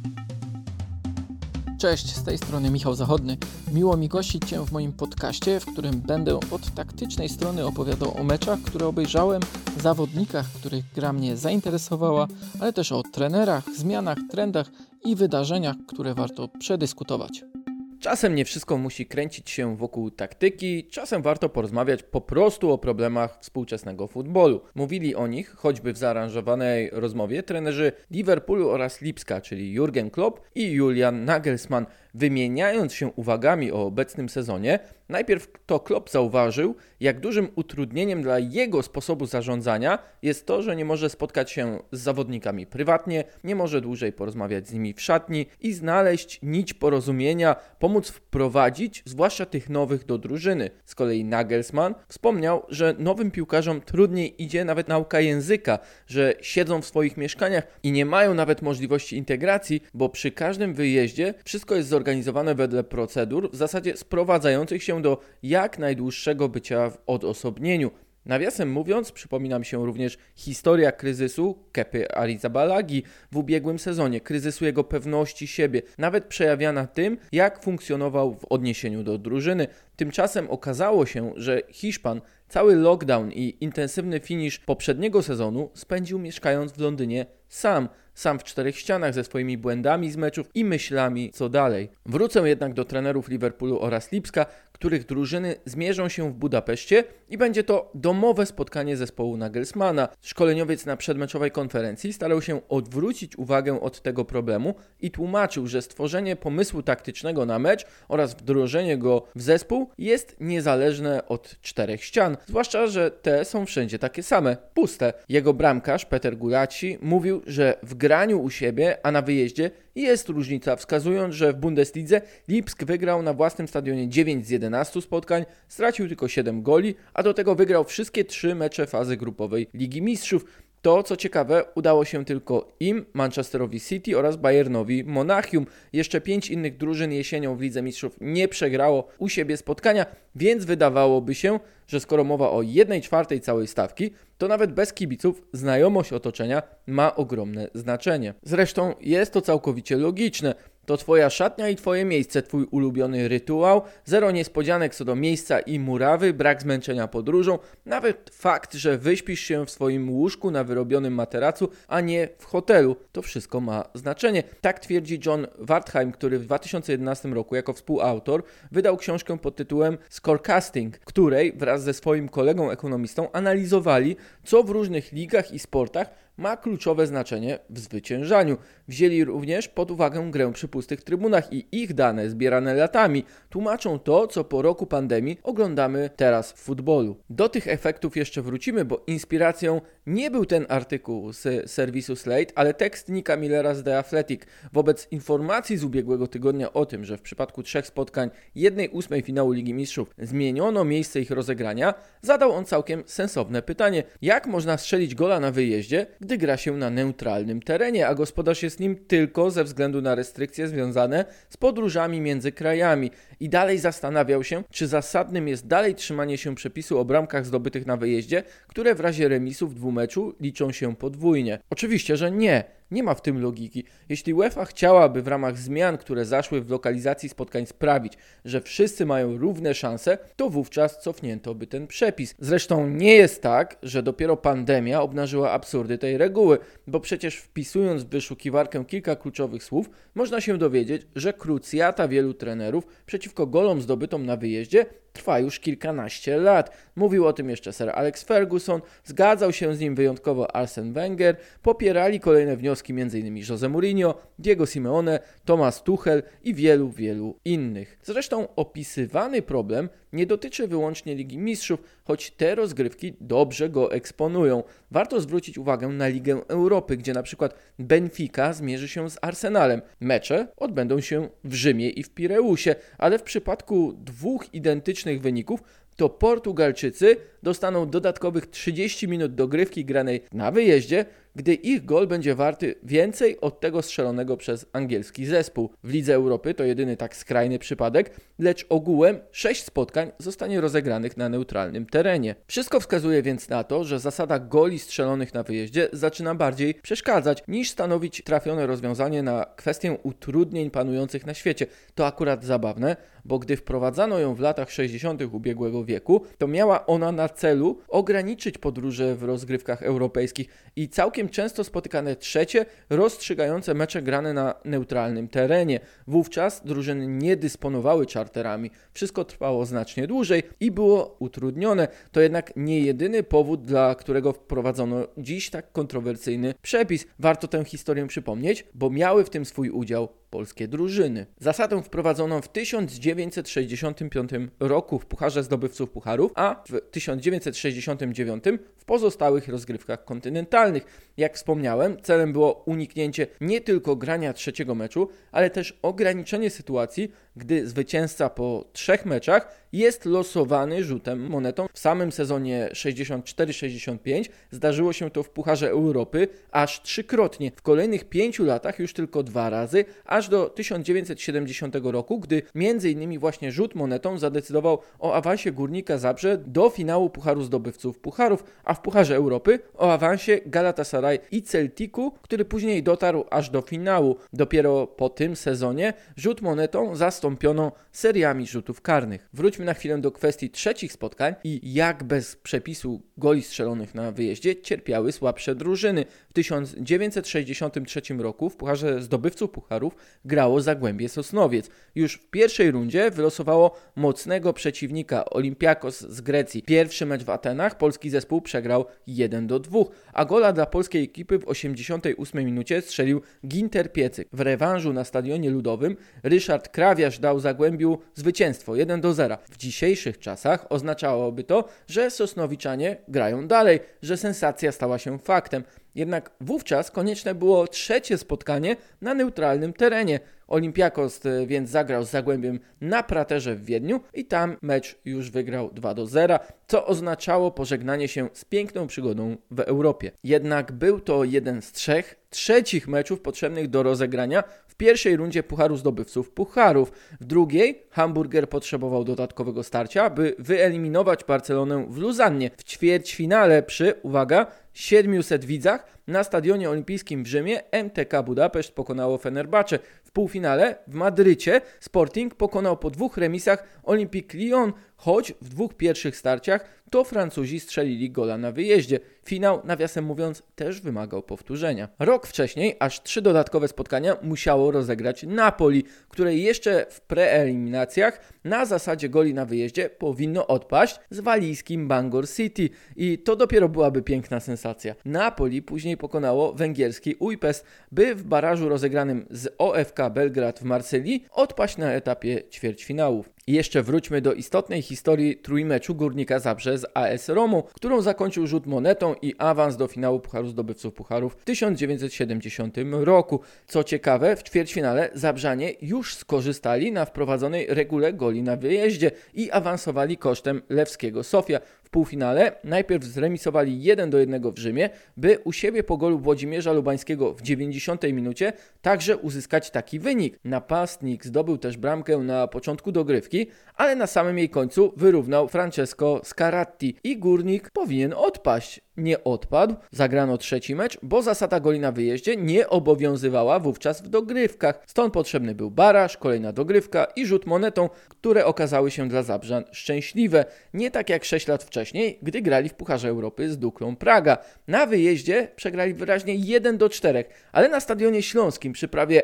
Cześć, z tej strony Michał Zachodny. Miło mi gościć Cię w moim podcaście, w którym będę od taktycznej strony opowiadał o meczach, które obejrzałem, zawodnikach, których gra mnie zainteresowała, ale też o trenerach, zmianach, trendach i wydarzeniach, które warto przedyskutować. Czasem nie wszystko musi kręcić się wokół taktyki, czasem warto porozmawiać po prostu o problemach współczesnego futbolu. Mówili o nich, choćby w zaaranżowanej rozmowie, trenerzy Liverpoolu oraz Lipska, czyli Jurgen Klopp i Julian Nagelsmann. Wymieniając się uwagami o obecnym sezonie, najpierw to Klopp zauważył, jak dużym utrudnieniem dla jego sposobu zarządzania jest to, że nie może spotkać się z zawodnikami prywatnie, nie może dłużej porozmawiać z nimi w szatni i znaleźć nić porozumienia, pomóc wprowadzić, zwłaszcza tych nowych, do drużyny. Z kolei Nagelsmann wspomniał, że nowym piłkarzom trudniej idzie nawet nauka języka, że siedzą w swoich mieszkaniach i nie mają nawet możliwości integracji, bo przy każdym wyjeździe wszystko jest zorganizowane wedle procedur, w zasadzie sprowadzających się do jak najdłuższego bycia w odosobnieniu. Nawiasem mówiąc, przypomina mi się również historia kryzysu Kepy Arrizabalagy w ubiegłym sezonie, kryzysu jego pewności siebie, nawet przejawiana tym, jak funkcjonował w odniesieniu do drużyny. Tymczasem okazało się, że Hiszpan cały lockdown i intensywny finisz poprzedniego sezonu spędził mieszkając w Londynie sam w czterech ścianach ze swoimi błędami z meczów i myślami co dalej. Wrócę jednak do trenerów Liverpoolu oraz Lipska, których drużyny zmierzą się w Budapeszcie i będzie to domowe spotkanie zespołu Nagelsmana. Szkoleniowiec na przedmeczowej konferencji starał się odwrócić uwagę od tego problemu i tłumaczył, że stworzenie pomysłu taktycznego na mecz oraz wdrożenie go w zespół jest niezależne od czterech ścian, zwłaszcza, że te są wszędzie takie same, puste. Jego bramkarz Peter Gulacsi mówił, że w graniu u siebie, a na wyjeździe jest różnica, wskazując, że w Bundeslidze Lipsk wygrał na własnym stadionie 9 z 11 spotkań, stracił tylko 7 goli, a do tego wygrał wszystkie 3 mecze fazy grupowej Ligi Mistrzów. To, co ciekawe, udało się tylko im, Manchesterowi City oraz Bayernowi Monachium. Jeszcze 5 innych drużyn jesienią w Lidze Mistrzów nie przegrało u siebie spotkania, więc wydawałoby się, że skoro mowa o 1/4 całej stawki, to nawet bez kibiców znajomość otoczenia ma ogromne znaczenie. Zresztą jest to całkowicie logiczne. To twoja szatnia i twoje miejsce, twój ulubiony rytuał, zero niespodzianek co do miejsca i murawy, brak zmęczenia podróżą, nawet fakt, że wyśpisz się w swoim łóżku na wyrobionym materacu, a nie w hotelu. To wszystko ma znaczenie. Tak twierdzi John Wertheim, który w 2011 roku jako współautor wydał książkę pod tytułem Scorecasting, w której wraz ze swoim kolegą ekonomistą analizowali, co w różnych ligach i sportach ma kluczowe znaczenie w zwyciężaniu. Wzięli również pod uwagę grę przy pustych trybunach i ich dane zbierane latami tłumaczą to, co po roku pandemii oglądamy teraz w futbolu. Do tych efektów jeszcze wrócimy, bo inspiracją nie był ten artykuł z serwisu Slate, ale tekst Nicka Millera z The Athletic. Wobec informacji z ubiegłego tygodnia o tym, że w przypadku 3 spotkań 1/8 finału Ligi Mistrzów zmieniono miejsce ich rozegrania, zadał on całkiem sensowne pytanie: jak można strzelić gola na wyjeździe, gdy gra się na neutralnym terenie, a gospodarz jest nim tylko ze względu na restrykcje związane z podróżami między krajami. I dalej zastanawiał się, czy zasadnym jest dalej trzymanie się przepisu o bramkach zdobytych na wyjeździe, które w razie remisu w dwumeczu liczą się podwójnie. Oczywiście, że nie. Nie ma w tym logiki. Jeśli UEFA chciałaby w ramach zmian, które zaszły w lokalizacji spotkań, sprawić, że wszyscy mają równe szanse, to wówczas cofnięto by ten przepis. Zresztą nie jest tak, że dopiero pandemia obnażyła absurdy tej reguły, bo przecież wpisując w wyszukiwarkę kilka kluczowych słów, można się dowiedzieć, że krucjata wielu trenerów przeciwko golom zdobytom na wyjeździe trwa już kilkanaście lat. Mówił o tym jeszcze Sir Alex Ferguson, zgadzał się z nim wyjątkowo Arsene Wenger, popierali kolejne wnioski m.in. Jose Mourinho, Diego Simeone, Thomas Tuchel i wielu innych. Zresztą opisywany problem nie dotyczy wyłącznie Ligi Mistrzów, choć te rozgrywki dobrze go eksponują. Warto zwrócić uwagę na Ligę Europy, gdzie na przykład Benfica zmierzy się z Arsenalem. Mecze odbędą się w Rzymie i w Pireusie, ale w przypadku 2 identycznych wyników to Portugalczycy dostaną dodatkowych 30 minut dogrywki granej na wyjeździe, gdy ich gol będzie warty więcej od tego strzelonego przez angielski zespół. W Lidze Europy to jedyny tak skrajny przypadek, lecz ogółem 6 spotkań zostanie rozegranych na neutralnym terenie. Wszystko wskazuje więc na to, że zasada goli strzelonych na wyjeździe zaczyna bardziej przeszkadzać, niż stanowić trafione rozwiązanie na kwestię utrudnień panujących na świecie. To akurat zabawne, bo gdy wprowadzano ją w latach 60. ubiegłego wieku, to miała ona na celu ograniczyć podróże w rozgrywkach europejskich i całkiem często spotykane trzecie, rozstrzygające mecze grane na neutralnym terenie. Wówczas drużyny nie dysponowały czarterami. Wszystko trwało znacznie dłużej i było utrudnione. To jednak nie jedyny powód, dla którego wprowadzono dziś tak kontrowersyjny przepis. Warto tę historię przypomnieć, bo miały w tym swój udział polskie drużyny. Zasadę wprowadzono w 1965 roku w Pucharze Zdobywców Pucharów, a w 1969 w pozostałych rozgrywkach kontynentalnych. Jak wspomniałem, celem było uniknięcie nie tylko grania trzeciego meczu, ale też ograniczenie sytuacji, gdy zwycięzca po 3 meczach jest losowany rzutem monetą. W samym sezonie 64-65 zdarzyło się to w Pucharze Europy aż 3-krotnie. W kolejnych 5 latach już tylko 2 razy, aż do 1970 roku, gdy m.in. właśnie rzut monetą zadecydował o awansie Górnika Zabrze do finału Pucharu Zdobywców Pucharów, a w Pucharze Europy o awansie Galatasaray i Celticu, który później dotarł aż do finału. Dopiero po tym sezonie rzut monetą zastąpiono seriami rzutów karnych. Wróćmy na chwilę do kwestii trzecich spotkań i jak bez przepisu goli strzelonych na wyjeździe cierpiały słabsze drużyny. W 1963 roku w Pucharze Zdobywców Pucharów grało Zagłębie Sosnowiec. Już w pierwszej rundzie wylosowało mocnego przeciwnika Olympiakos z Grecji. Pierwszy mecz w Atenach polski zespół przegrał 1-2, a gola dla polskiej ekipy w 88 minucie strzelił Ginter Piecyk. W rewanżu na Stadionie Ludowym Ryszard Krawiarz dał Zagłębiu zwycięstwo 1-0. W dzisiejszych czasach oznaczałoby to, że Sosnowiczanie grają dalej, że sensacja stała się faktem. Jednak wówczas konieczne było trzecie spotkanie na neutralnym terenie. Olympiakos więc zagrał z Zagłębiem na Praterze w Wiedniu i tam mecz już wygrał 2-0, co oznaczało pożegnanie się z piękną przygodą w Europie. Jednak był to jeden z 3 trzecich meczów potrzebnych do rozegrania w pierwszej rundzie Pucharu Zdobywców Pucharów. W drugiej Hamburger potrzebował dodatkowego starcia, by wyeliminować Barcelonę w Luzannie. W ćwierćfinale przy, uwaga, 700 widzach na Stadionie Olimpijskim w Rzymie MTK Budapeszt pokonało Fenerbahce. W półfinale w Madrycie Sporting pokonał po 2 remisach Olympique Lyon, choć w 2 pierwszych starciach to Francuzi strzelili gola na wyjeździe. Finał, nawiasem mówiąc, też wymagał powtórzenia. Rok wcześniej aż 3 dodatkowe spotkania musiało rozegrać Napoli, które jeszcze w preeliminacjach na zasadzie goli na wyjeździe powinno odpaść z walijskim Bangor City. I to dopiero byłaby piękna sensacja. Napoli później pokonało węgierski Újpest, by w barażu rozegranym z OFK Belgrad w Marsylii odpaść na etapie ćwierćfinałów. I jeszcze wróćmy do istotnej historii trójmeczu Górnika Zabrze z AS Romą, którą zakończył rzut monetą i awans do finału Pucharu Zdobywców Pucharów w 1970 roku. Co ciekawe, w ćwierćfinale Zabrzanie już skorzystali na wprowadzonej regule goli na wyjeździe i awansowali kosztem lewskiego Sofia. W półfinale najpierw zremisowali 1-1 w Rzymie, by u siebie po golu Włodzimierza Lubańskiego w 90 minucie także uzyskać taki wynik. Napastnik zdobył też bramkę na początku dogrywki, ale na samym jej końcu wyrównał Francesco Scaratti i Górnik powinien odpaść. Nie odpadł, zagrano trzeci mecz, bo zasada goli na wyjeździe nie obowiązywała wówczas w dogrywkach. Stąd potrzebny był baraż, kolejna dogrywka i rzut monetą, które okazały się dla Zabrzan szczęśliwe. Nie tak jak 6 lat wcześniej, gdy grali w Pucharze Europy z Duklą Praga. Na wyjeździe przegrali wyraźnie 1-4, ale na Stadionie Śląskim przy prawie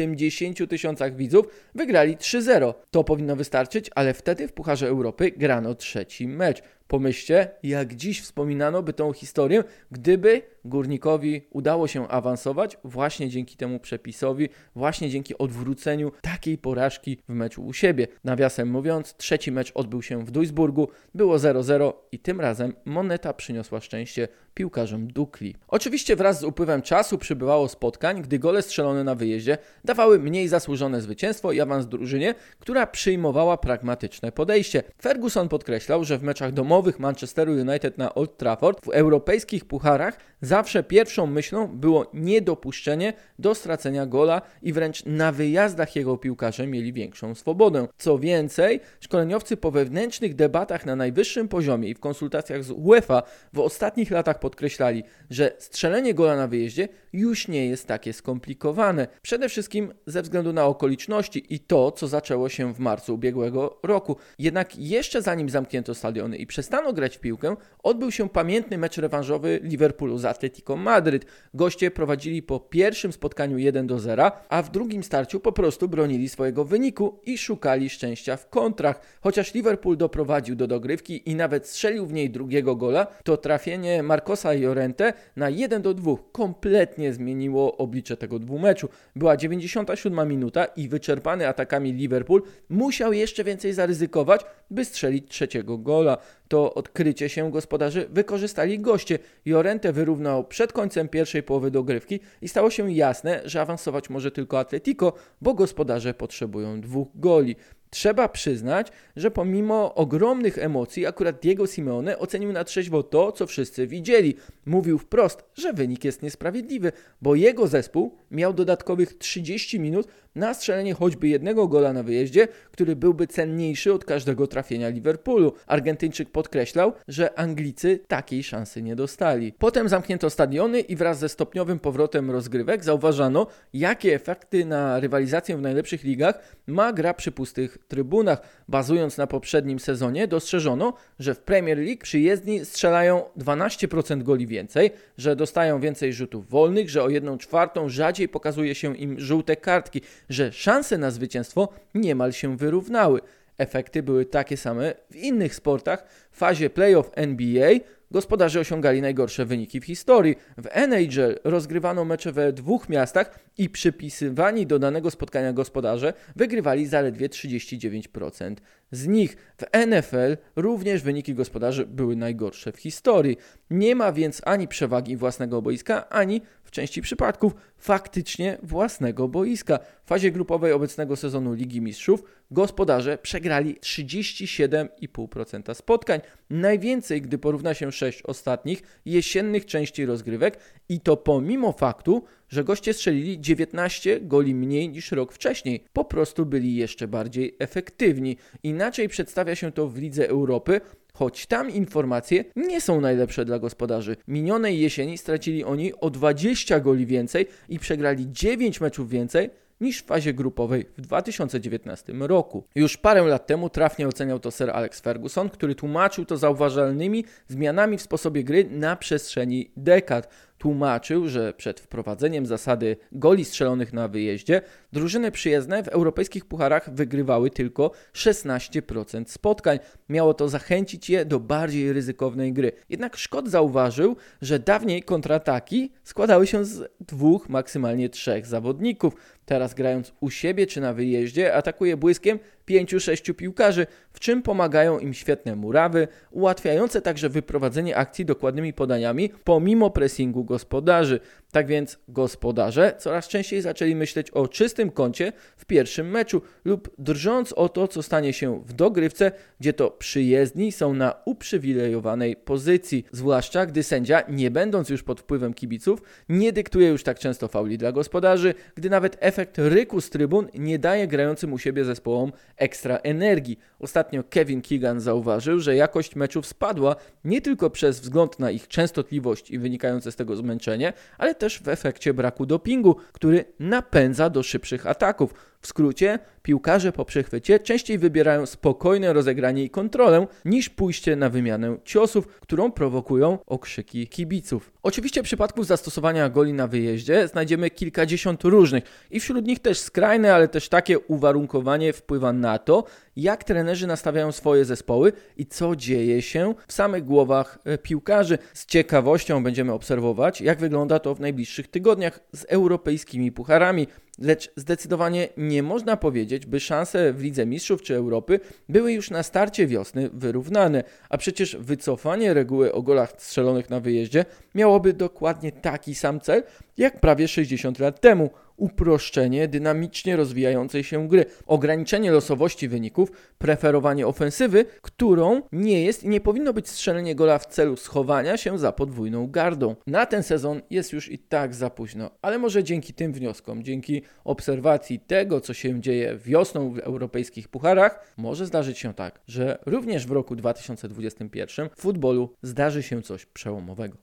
80 000 widzów wygrali 3-0. To powinno wystarczyć, ale wtedy w Pucharze Europy grano trzeci mecz. Pomyślcie, jak dziś wspominano by tą historię, gdyby Górnikowi udało się awansować właśnie dzięki temu przepisowi, właśnie dzięki odwróceniu takiej porażki w meczu u siebie. Nawiasem mówiąc, trzeci mecz odbył się w Duisburgu, było 0-0 i tym razem moneta przyniosła szczęście piłkarzom Dukli. Oczywiście wraz z upływem czasu przybywało spotkań, gdy gole strzelone na wyjeździe dawały mniej zasłużone zwycięstwo i awans drużynie, która przyjmowała pragmatyczne podejście. Ferguson podkreślał, że w meczach domowych domowych Manchesteru United na Old Trafford, w europejskich pucharach zawsze pierwszą myślą było niedopuszczenie do stracenia gola i wręcz na wyjazdach jego piłkarze mieli większą swobodę. Co więcej, szkoleniowcy po wewnętrznych debatach na najwyższym poziomie i w konsultacjach z UEFA w ostatnich latach podkreślali, że strzelenie gola na wyjeździe już nie jest takie skomplikowane. Przede wszystkim ze względu na okoliczności i to, co zaczęło się w marcu ubiegłego roku. Jednak jeszcze zanim zamknięto stadiony i przestano grać w piłkę, odbył się pamiętny mecz rewanżowy Liverpoolu z Atletico Madryt. Goście prowadzili po pierwszym spotkaniu 1-0, a w drugim starciu po prostu bronili swojego wyniku i szukali szczęścia w kontrach. Chociaż Liverpool doprowadził do dogrywki i nawet strzelił w niej drugiego gola, to trafienie Marcosa Llorente na 1-2 kompletnie zmieniło oblicze tego dwumeczu. Była 97 minuta i wyczerpany atakami Liverpool musiał jeszcze więcej zaryzykować, by strzelić trzeciego gola. To odkrycie się gospodarzy wykorzystali goście. Llorente wyrównał przed końcem pierwszej połowy dogrywki i stało się jasne, że awansować może tylko Atletico, bo gospodarze potrzebują 2 goli. Trzeba przyznać, że pomimo ogromnych emocji akurat Diego Simeone ocenił na trzeźwo to, co wszyscy widzieli. Mówił wprost, że wynik jest niesprawiedliwy, bo jego zespół miał dodatkowych 30 minut na strzelenie choćby jednego gola na wyjeździe, który byłby cenniejszy od każdego trafienia Liverpoolu. Argentyńczyk podkreślał, że Anglicy takiej szansy nie dostali. Potem zamknięto stadiony i wraz ze stopniowym powrotem rozgrywek zauważano, jakie efekty na rywalizację w najlepszych ligach ma gra przy pustych trybunach. Bazując na poprzednim sezonie dostrzeżono, że w Premier League przyjezdni strzelają 12% goli więcej, że dostają więcej rzutów wolnych, że o 1/4 rzadziej pokazuje się im żółte kartki, że szanse na zwycięstwo niemal się wyrównały. Efekty były takie same w innych sportach. W fazie playoff NBA gospodarze osiągali najgorsze wyniki w historii. W NHL rozgrywano mecze we 2 miastach i przypisywani do danego spotkania gospodarze wygrywali zaledwie 39% z nich. W NFL również wyniki gospodarzy były najgorsze w historii. Nie ma więc ani przewagi własnego boiska, ani w części przypadków faktycznie własnego boiska. W fazie grupowej obecnego sezonu Ligi Mistrzów gospodarze przegrali 37,5% spotkań. Najwięcej, gdy porówna się 6 ostatnich jesiennych części rozgrywek i to pomimo faktu, że goście strzelili 19 goli mniej niż rok wcześniej. Po prostu byli jeszcze bardziej efektywni. Inaczej przedstawia się to w Lidze Europy, choć tam informacje nie są najlepsze dla gospodarzy. Minionej jesieni stracili oni o 20 goli więcej i przegrali 9 meczów więcej niż w fazie grupowej w 2019 roku. Już parę lat temu trafnie oceniał to Sir Alex Ferguson, który tłumaczył to zauważalnymi zmianami w sposobie gry na przestrzeni dekad. Tłumaczył, że przed wprowadzeniem zasady goli strzelonych na wyjeździe drużyny przyjezdne w europejskich pucharach wygrywały tylko 16% spotkań. Miało to zachęcić je do bardziej ryzykownej gry. Jednak Szkot zauważył, że dawniej kontrataki składały się z 2, maksymalnie 3 zawodników. Teraz grając u siebie czy na wyjeździe atakuje błyskiem 5-6 piłkarzy, w czym pomagają im świetne murawy, ułatwiające także wyprowadzenie akcji dokładnymi podaniami pomimo pressingu gospodarzy. Tak więc gospodarze coraz częściej zaczęli myśleć o czystym kącie w pierwszym meczu lub drżąc o to, co stanie się w dogrywce, gdzie to przyjezdni są na uprzywilejowanej pozycji. Zwłaszcza gdy sędzia, nie będąc już pod wpływem kibiców, nie dyktuje już tak często fauli dla gospodarzy, gdy nawet efekt ryku z trybun nie daje grającym u siebie zespołom ekstra energii. Ostatnio Kevin Keegan zauważył, że jakość meczów spadła nie tylko przez wzgląd na ich częstotliwość i wynikające z tego zmęczenie, ale też w efekcie braku dopingu, który napędza do szybszych ataków. W skrócie, piłkarze po przechwycie częściej wybierają spokojne rozegranie i kontrolę, niż pójście na wymianę ciosów, którą prowokują okrzyki kibiców. Oczywiście przypadków zastosowania goli na wyjeździe znajdziemy kilkadziesiąt różnych i wśród nich też skrajne, ale też takie uwarunkowanie wpływa na to, jak trenerzy nastawiają swoje zespoły i co dzieje się w samych głowach piłkarzy. Z ciekawością będziemy obserwować, jak wygląda to w najbliższych tygodniach z europejskimi pucharami. Lecz zdecydowanie nie można powiedzieć, by szanse w Lidze Mistrzów czy Europy były już na starcie wiosny wyrównane, a przecież wycofanie reguły o golach strzelonych na wyjeździe miałoby dokładnie taki sam cel, jak prawie 60 lat temu. uproszczenie dynamicznie rozwijającej się gry, ograniczenie losowości wyników, preferowanie ofensywy, którą nie jest i nie powinno być strzelenie gola w celu schowania się za podwójną gardą. Na ten sezon jest już i tak za późno, ale może dzięki tym wnioskom, dzięki obserwacji tego, co się dzieje wiosną w europejskich pucharach, może zdarzyć się tak, że również w roku 2021 w futbolu zdarzy się coś przełomowego.